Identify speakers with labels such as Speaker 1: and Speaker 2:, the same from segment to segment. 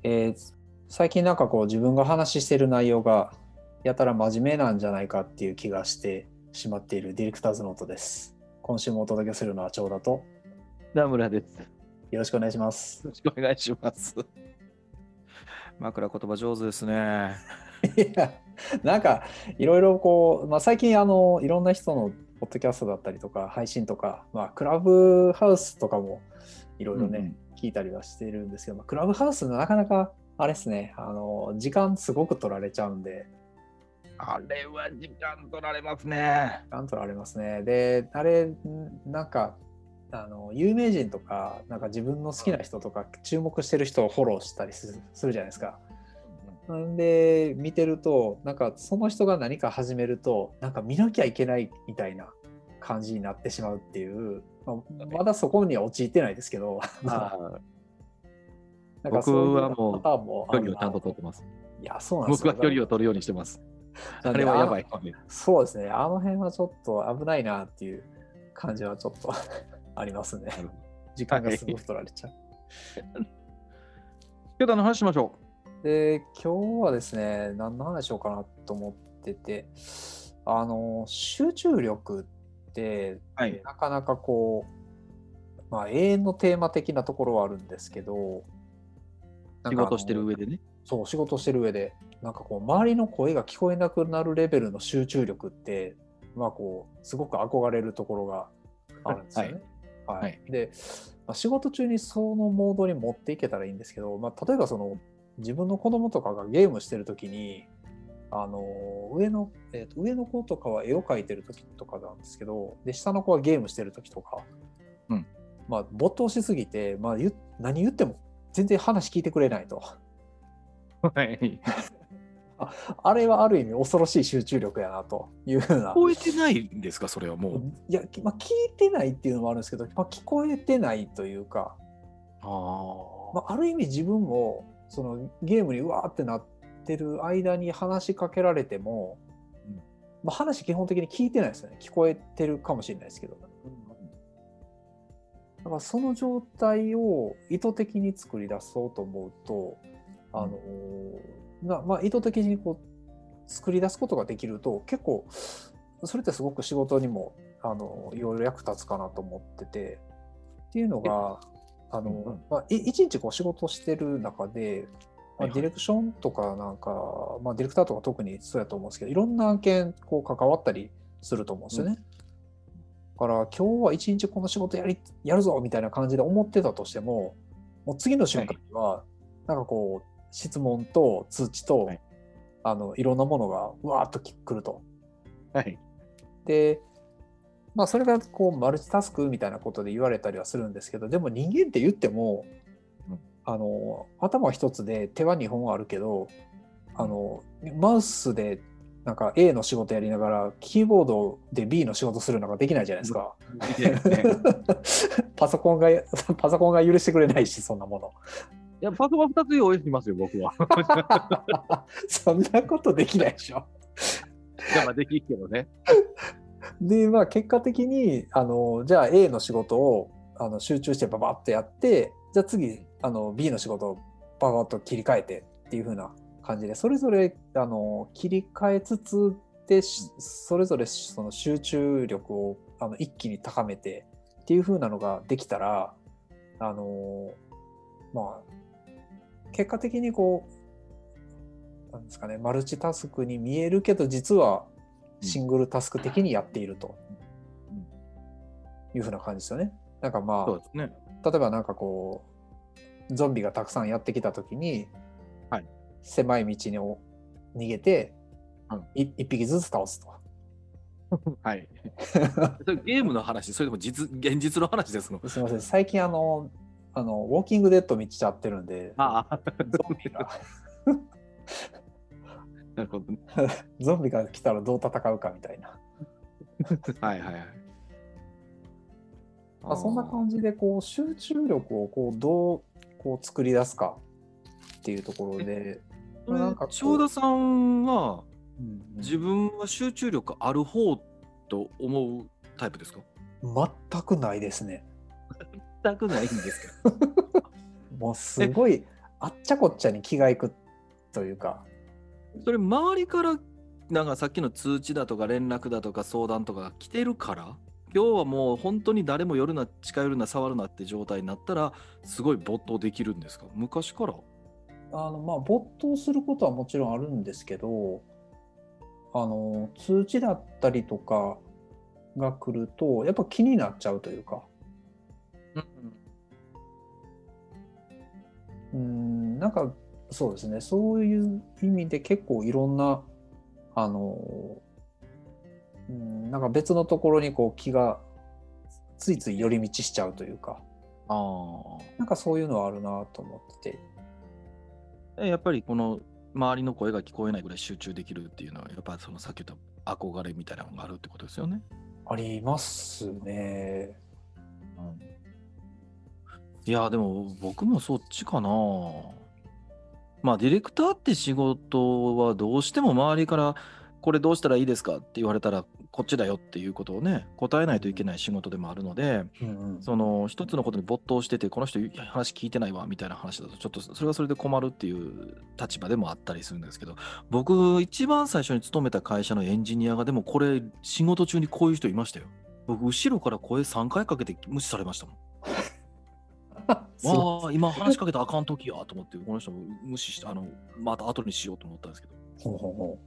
Speaker 1: 最近なんかこう自分が話してる内容がやたら真面目なんじゃないかっていう気がしてしまっているディレクターズノートです。今週もお届けするのは長田と
Speaker 2: 田村です。
Speaker 1: よろしくお願いします。
Speaker 2: よろしくお願いします。枕言葉上手ですね。
Speaker 1: いや、なんかいろいろこう、最近いろんな人のポッドキャストだったりとか配信とか、クラブハウスとかもいろいろね、聞いたりはしてるんですけど、クラブハウスなかなかあれですね、時間すごく取られちゃうんで。
Speaker 2: あれは時間取られますね。
Speaker 1: 時間取られますね。で、あれ、なんか、有名人とか、なんか自分の好きな人とか、注目してる人をフォローしたりするじゃないですか。なんで、見てると、なんかその人が何か始めると、なんか見なきゃいけないみたいな感じになってしまうっていう、まだそこには陥ってないですけど、なんかそういうパターンも
Speaker 2: 距離をちゃんと取ってます。
Speaker 1: いや、そうなんですよ。
Speaker 2: 僕は距離を取るようにしてます。あれはやばい。
Speaker 1: そうですね。あの辺はちょっと危ないなっていう感じはちょっとありますね。時間がすごく取られちゃう。
Speaker 2: 今日の話しましょ
Speaker 1: う。で、今日はですね、何の話しようかなと思ってて、集中力って、なかなかこう、永遠のテーマ的なところはあるんですけど、
Speaker 2: 仕事してる上でね。
Speaker 1: そう、仕事してる上で、なんかこう周りの声が聞こえなくなるレベルの集中力って、すごく憧れるところがあるんですよね。で、仕事中にそのモードに持っていけたらいいんですけど、例えばその自分の子供とかがゲームしてる時に、上の子とかは絵を描いてる時とかなんですけど、で下の子はゲームしてる時とか、没頭しすぎて、何言っても全然話聞いてくれないと。あれはある意味恐ろしい集中力やなというふうな。
Speaker 2: 聞こえてないんですか、それはもう。
Speaker 1: いや、聞いてないっていうのもあるんですけど、聞こえてないというか、ある意味自分もそのゲームにうわーってなってる間に話しかけられても、話基本的に聞いてないですよね。聞こえてるかもしれないですけど。だからその状態を意図的に作り出そうと思うと、意図的にこう作り出すことができると、結構それってすごく仕事にもいろいろ役立つかなと思ってて、っていうのが一日こう仕事してる中で、ディレクションとかなんか、ディレクターとか特にそうやと思うんですけど、いろんな案件こう関わったりすると思うんですよね。だから今日は一日この仕事やるぞみたいな感じで思ってたとしても、もう次の瞬間にはなんかこう質問と通知と、いろんなものがうわーっと来ると。で、それがこうマルチタスクみたいなことで言われたりはするんですけど、でも人間って言っても、頭一つで手は2本あるけど、マウスでなんか A の仕事やりながらキーボードで B の仕事するのができないじゃないですか。パソコンが許してくれないし、そんなもの。
Speaker 2: いや、パソコン2つ用意しますよ、僕は。
Speaker 1: そんなことできないでしょ。
Speaker 2: できるけどね。
Speaker 1: で、結果的にじゃあ A の仕事を集中してババッとやって、じゃあ次B の仕事をババッと切り替えてっていう風な感じで、それぞれ切り替えつつで、それぞれその集中力を一気に高めてっていう風なのができたら、結果的にこうなんですかね、マルチタスクに見えるけど実はシングルタスク的にやっているという風な感じですよね。なんか
Speaker 2: そうですね。
Speaker 1: 例えばなんかこうゾンビがたくさんやってきた時に、狭い道に逃げて、一匹ずつ倒すと。
Speaker 2: ゲームの話、それとも現実の話ですの？
Speaker 1: すみません、最近ウォーキングデッド見ちゃってるんで、ゾンビが
Speaker 2: なるほどね。
Speaker 1: ゾンビが来たらどう戦うかみたいな。そんな感じでこう集中力をこうどうこう作り出すかっていうところで、
Speaker 2: 長田さんは、自分は集中力ある方と思うタイプですか？
Speaker 1: 全くないですね。
Speaker 2: 全くないんですか？
Speaker 1: もうすごいあっちゃこっちゃに気がいくというか。
Speaker 2: それ周りからなんかさっきの通知だとか連絡だとか相談とか来てるから、今日はもう本当に誰も寄るな近寄るな触るなって状態になったらすごい没頭できるんですか？昔から。
Speaker 1: 没頭することはもちろんあるんですけど、通知だったりとかが来るとやっぱ気になっちゃうというか、なんかそうですね、そういう意味で結構いろんななんか別のところにこう気がついつい寄り道しちゃうというか、なんかそういうのはあるなと思ってて。
Speaker 2: やっぱりこの周りの声が聞こえないぐらい集中できるっていうのはやっぱりそのさっき言った憧れみたいなのがあるってことですよね。
Speaker 1: ありますね。
Speaker 2: いやでも僕もそっちかな。まあディレクターって仕事はどうしても周りからこれどうしたらいいですかって言われたらこっちだよっていうことをね答えないといけない仕事でもあるので、その一つのことに没頭しててこの人話聞いてないわみたいな話だとちょっとそれはそれで困るっていう立場でもあったりするんですけど、僕一番最初に勤めた会社のエンジニアがでもこれ仕事中にこういう人いましたよ。僕後ろから声3回かけて無視されましたもん。わあ、今話しかけたらあかんときやと思って、この人無視して、また後にしようと思ったんですけど。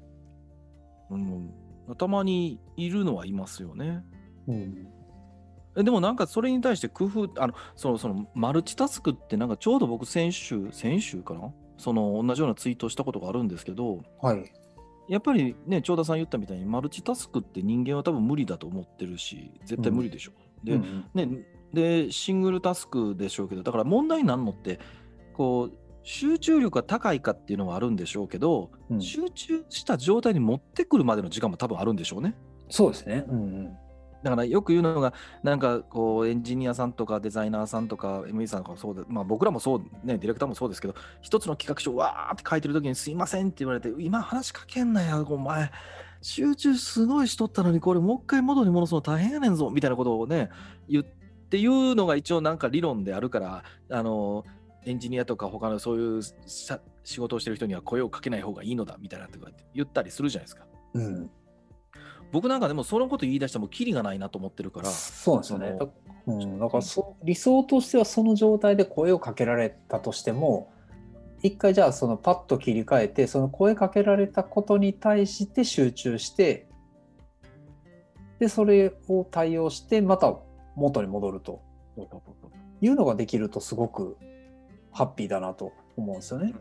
Speaker 2: たまにいるのはいますよね。でもなんかそれに対して工夫、そのマルチタスクってなんかちょうど僕先週かな、その同じようなツイートしたことがあるんですけど、やっぱりね、長田さん言ったみたいにマルチタスクって人間は多分無理だと思ってるし、絶対無理でしょ。で、シングルタスクでしょうけど、だから問題になるのって、こう、集中力が高いかっていうのはあるんでしょうけど、集中した状態に持ってくるまでの時間も多分あるんでしょうね。
Speaker 1: そうですね。
Speaker 2: だからよく言うのが、なんかこう、エンジニアさんとかデザイナーさんとか、ME さんとかそうで、まあ僕らもそう、ね、ディレクターもそうですけど、一つの企画書をわーって書いてるときにすいませんって言われて、今話しかけんなよ、お前。集中すごいしとったのに、これもう一回元に戻すの大変やねんぞ、みたいなことをね、言っていうのが一応なんか理論であるから、エンジニアとか他のそういう仕事をしてる人には声をかけない方がいいのだみたいなとか言ったりするじゃないですか。僕なんかでもそのこと言い出してもキリがないなと思ってるから。
Speaker 1: そうなんですよね。だから理想としてはその状態で声をかけられたとしても、一回じゃあそのパッと切り替えて、その声かけられたことに対して集中して、でそれを対応してまた元に戻るというのができるとすごくハッピーだなと思うんですよね。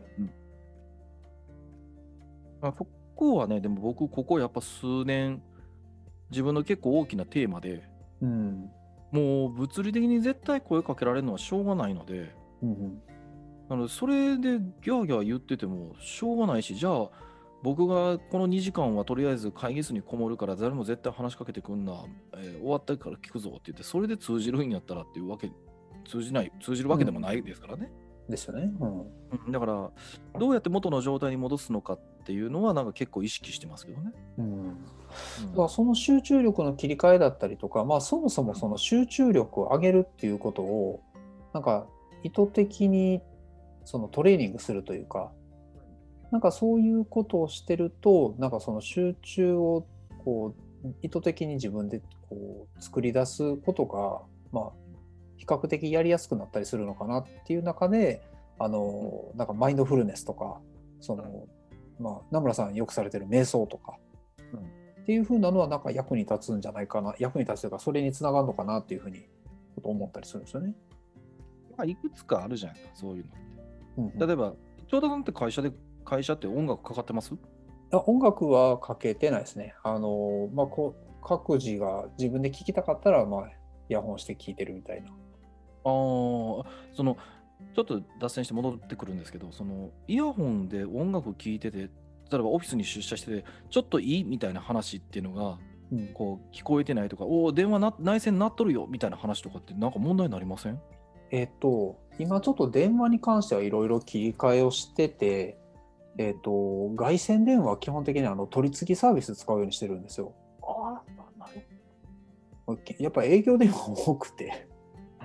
Speaker 2: そこはね、でも僕ここやっぱ数年自分の結構大きなテーマで、もう物理的に絶対声かけられるのはしょうがないので、なのでそれでギャーギャー言っててもしょうがないし、じゃあ僕がこの2時間はとりあえず会議室にこもるから誰も絶対話しかけてくんな、終わったから聞くぞって言って、それで通じるんやったらっていうわけ、通じるわけでもないですからね。
Speaker 1: ですよね。
Speaker 2: だからどうやって元の状態に戻すのかっていうのはなんか結構意識してますけどね。
Speaker 1: その集中力の切り替えだったりとか、そもそもその集中力を上げるっていうことをなんか意図的にそのトレーニングするというか、なんかそういうことをしてると、なんかその集中をこう意図的に自分でこう作り出すことが、比較的やりやすくなったりするのかなっていう中で、なんかマインドフルネスとか、その名村さんよくされてる瞑想とか、っていう風なのはなんか役に立つんじゃないかな、役に立つというかそれにつながるのかなっていうふうに思ったりするんですよね。
Speaker 2: いくつかあるじゃないですか、そういうのって。例えば長田さんって会社って音楽かかってます？
Speaker 1: 音楽はかけてないですね。各自が自分で聴きたかったら、イヤホンして聴いてるみたいな。
Speaker 2: そのちょっと脱線して戻ってくるんですけど、そのイヤホンで音楽聴いてて、例えばオフィスに出社しててちょっといいみたいな話っていうのが、こう聞こえてないとか、電話内線鳴っとるよみたいな話とかってなんか問題になりません？
Speaker 1: 今ちょっと電話に関してはいろいろ切り替えをしてて、外線電話は基本的に取り次ぎサービス使うようにしてるんですよ。やっぱ営業電話多くて。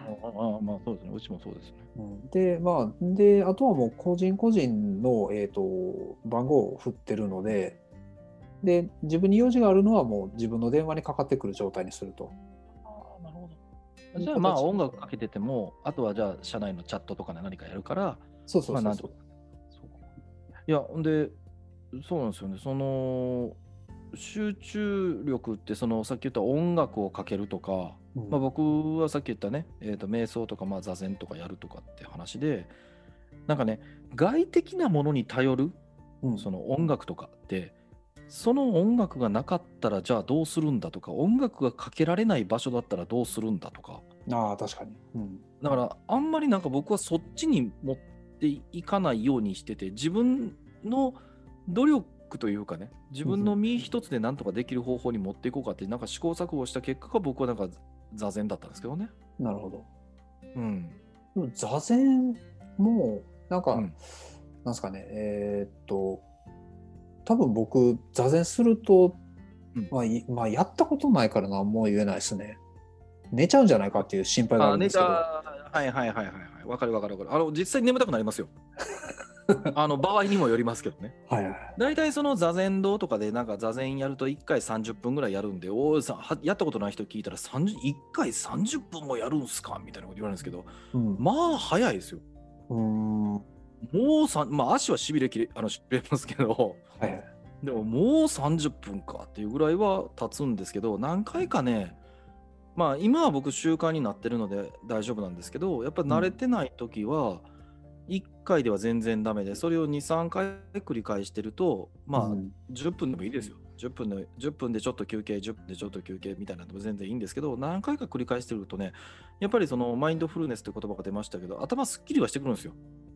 Speaker 2: まあそうですね。うちもそうですね。
Speaker 1: で、まあ、で、あとはもう個人個人の、番号を振ってるので、で、自分に用事があるのはもう自分の電話にかかってくる状態にすると。
Speaker 2: ああ、なるほど。じゃあまあ音楽かけてても、あとはじゃあ社内のチャットとかで何かやるから、
Speaker 1: そうそうそうそう。
Speaker 2: まあなんとか。いや、で、そうなんですよね。その集中力ってそのさっき言った音楽をかけるとか、まあ、僕はさっき言ったね、瞑想とかまあ座禅とかやるとかって話で、なんかね、外的なものに頼るその音楽とかって、その音楽がなかったらじゃあどうするんだとか、音楽がかけられない場所だったらどうするんだとか。
Speaker 1: ああ、確かに。
Speaker 2: だからあんまりなんか僕はそっちに持っていかないようにしてて、自分の努力というかね、自分の身一つでなんとかできる方法に持っていこうかって、なんか試行錯誤した結果が僕はなんか座禅だったんですけどね。
Speaker 1: なるほど。
Speaker 2: うん。
Speaker 1: 座禅も、なんか、なんですかね、多分僕、座禅すると、まあ、やったことないから何も言えないですね。寝ちゃうんじゃないかっていう心配があるんですけど。
Speaker 2: はいはいはいはいはい。わかるわかるわかる。実際に眠たくなりますよ。場合にもよりますけどね。
Speaker 1: はいはい。
Speaker 2: 大体その座禅堂とかでなんか座禅やると1回30分ぐらいやるんで、やったことない人聞いたら1回30分もやるんすかみたいなこと言われるんですけど、まあ早いですよ。もうまあ足はしびれますけど、はい、でももう30分かっていうぐらいは経つんですけど、何回かね、まあ今は僕習慣になってるので大丈夫なんですけど、やっぱ慣れてない時は1回では全然ダメで、それを2、3回繰り返してると、まあ10分でもいいですよ。10分でちょっと休憩、10分でちょっと休憩みたいなのも全然いいんですけど、何回か繰り返してるとね、やっぱりそのマインドフルネスという言葉が出ましたけど、頭すっきりはしてくるんですよ。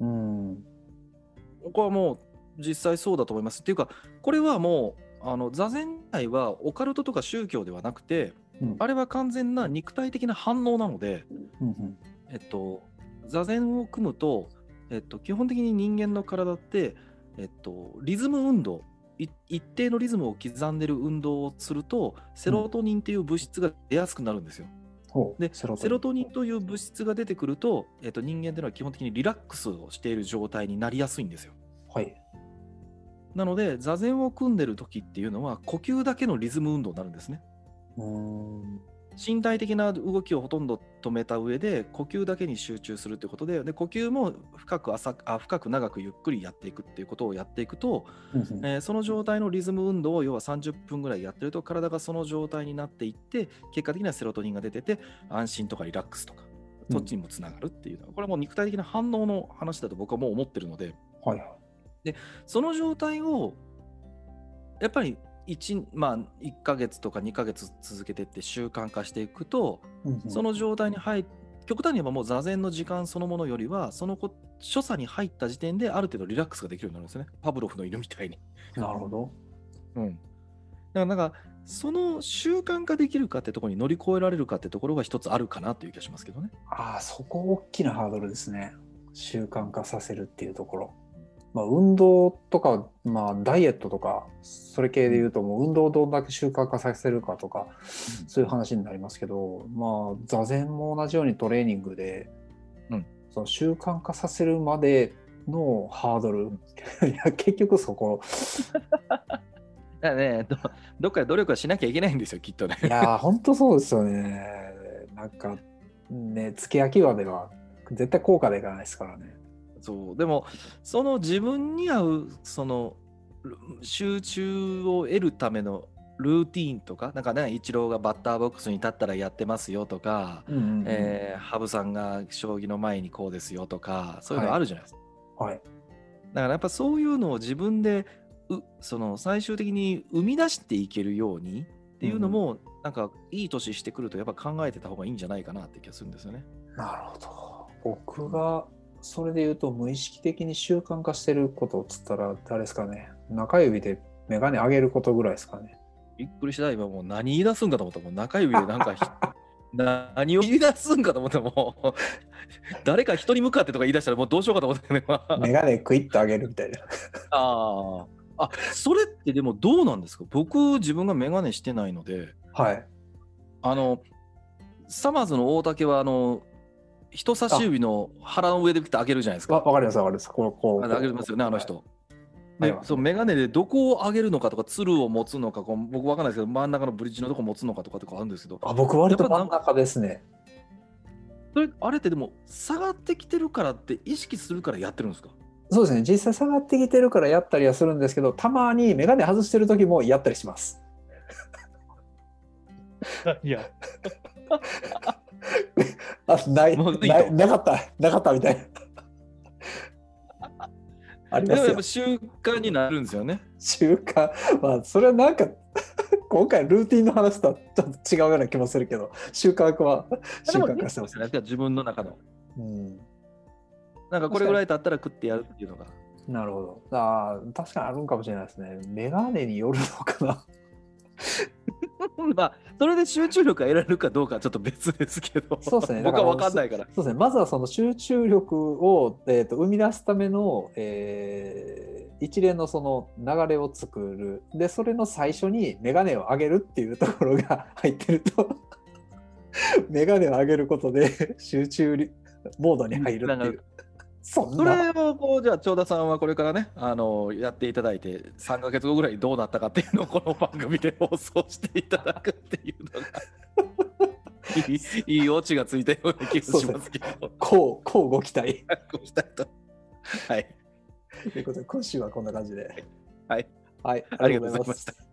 Speaker 2: ここはもう実際そうだと思います。っていうか、これはもう座禅内はオカルトとか宗教ではなくて、あれは完全な肉体的な反応なので、座禅を組むと、基本的に人間の体って、リズム運動、一定のリズムを刻んでる運動をすると、セロトニンっていう物質が出やすくなるんですよ。でセロトニンという物質が出てくると、人間というのは基本的にリラックスをしている状態になりやすいんですよ。はい。なので座禅を組んでる時っていうのは呼吸だけのリズム運動になるんですね。身体的な動きをほとんど止めた上で呼吸だけに集中するということで、呼吸も深く長くゆっくりやっていくっていうことをやっていくと、その状態のリズム運動を要は30分ぐらいやってると体がその状態になっていって、結果的にはセロトニンが出てて安心とかリラックスとかそっちにもつながるっていうのは、これはもう肉体的な反応の話だと僕はもう思ってるので、でその状態をやっぱり1ヶ月とか2ヶ月続けていって習慣化していくと、その状態に極端に言えばもう座禅の時間そのものよりはその所作に入った時点である程度リラックスができるようになるんですよね。パブロフの犬みたいに。
Speaker 1: なるほど。
Speaker 2: だからなんかその習慣化できるかってところに乗り越えられるかってところが一つあるかなという気がしますけどね。
Speaker 1: そこ大きなハードルですね。習慣化させるっていうところ。運動とか、ダイエットとかそれ系でいうともう運動をどんだけ習慣化させるかとか、そういう話になりますけど、座禅も同じようにトレーニングで、その習慣化させるまでのハードル、いや結局そこ
Speaker 2: だね、どっかで努力はしなきゃいけないんですよきっとね。
Speaker 1: いや本当そうですよね。なんかね、付け焼き場では絶対効果でいかないですからね。
Speaker 2: そうでもその自分に合うその集中を得るためのルーティーンとか、なんかね、イチローがバッターボックスに立ったらやってますよとか、羽生さんが将棋の前にこうですよとか、そういうのあるじゃないですか。だからやっぱそういうのを自分でその最終的に生み出していけるようにっていうのも、なんかいい年してくるとやっぱ考えてた方がいいんじゃないかなって気がするんですよね。
Speaker 1: なるほど。僕がそれで言うと無意識的に習慣化してることっつったら誰ですかね。中指でメガネ上げることぐらいですかね。
Speaker 2: びっくりした。今もう何言い出すんかと思った。もう中指でなんか何を言い出すんかと思ったもう誰か人に向かってとか言い出したらもうどうしようかと思ったね。
Speaker 1: メガネクイッと上げるみたいな。
Speaker 2: それってでもどうなんですか？僕自分がメガネしてないので、サマーズの大竹は人差し指の腹の上でピッと上げるじゃないですか。
Speaker 1: わかりますわかります。こう
Speaker 2: 上げますよね、あの人。で、
Speaker 1: はいはい
Speaker 2: そのメガネでどこを上げるのかとか、つるを持つのか、僕わかんないですけど、真ん中のブリッジのとこ持つのかとかあるんですけど、
Speaker 1: 僕割と
Speaker 2: やっぱ
Speaker 1: 真ん中ですね。
Speaker 2: あれってでも、下がってきてるからって意識するからやってるんですか？
Speaker 1: そうですね。実際下がってきてるからやったりはするんですけど、たまにメガネ外してる時もやったりします。
Speaker 2: いや、
Speaker 1: な
Speaker 2: もういいと
Speaker 1: なかったみたいな。ありますよ
Speaker 2: でもやっぱ。習慣になるんですよね。
Speaker 1: 習慣。それはなんか、今回ルーティンの話とはちょっと違うような気もするけど、習慣は習慣化してます。
Speaker 2: 自分の中の。
Speaker 1: うん
Speaker 2: なんかこれぐらい経ったら食ってやるっていうのが。
Speaker 1: なるほど。確かにあるんかもしれないですね。メガネによるのかな。
Speaker 2: まあ、それで集中力が得られるかどうかはちょっと別ですけど、
Speaker 1: そうですね。
Speaker 2: 僕は分かんないから。
Speaker 1: そうですね。まずはその集中力を、生み出すための、一連のその流れを作る。で、それの最初にメガネを上げるっていうところが入ってると、メガネを上げることで集中モードに入るっていう。そ
Speaker 2: れをじゃあ長田さんはこれからねやっていただいて3ヶ月後ぐらいどうなったかっていうのをこの番組で放送していただくっていうのがいいオチがついたような気がしますけど、
Speaker 1: こうご期待。
Speaker 2: ご期待と。はい。
Speaker 1: ということで今週はこんな感じで。
Speaker 2: はい。
Speaker 1: はい。
Speaker 2: ありがとうございました。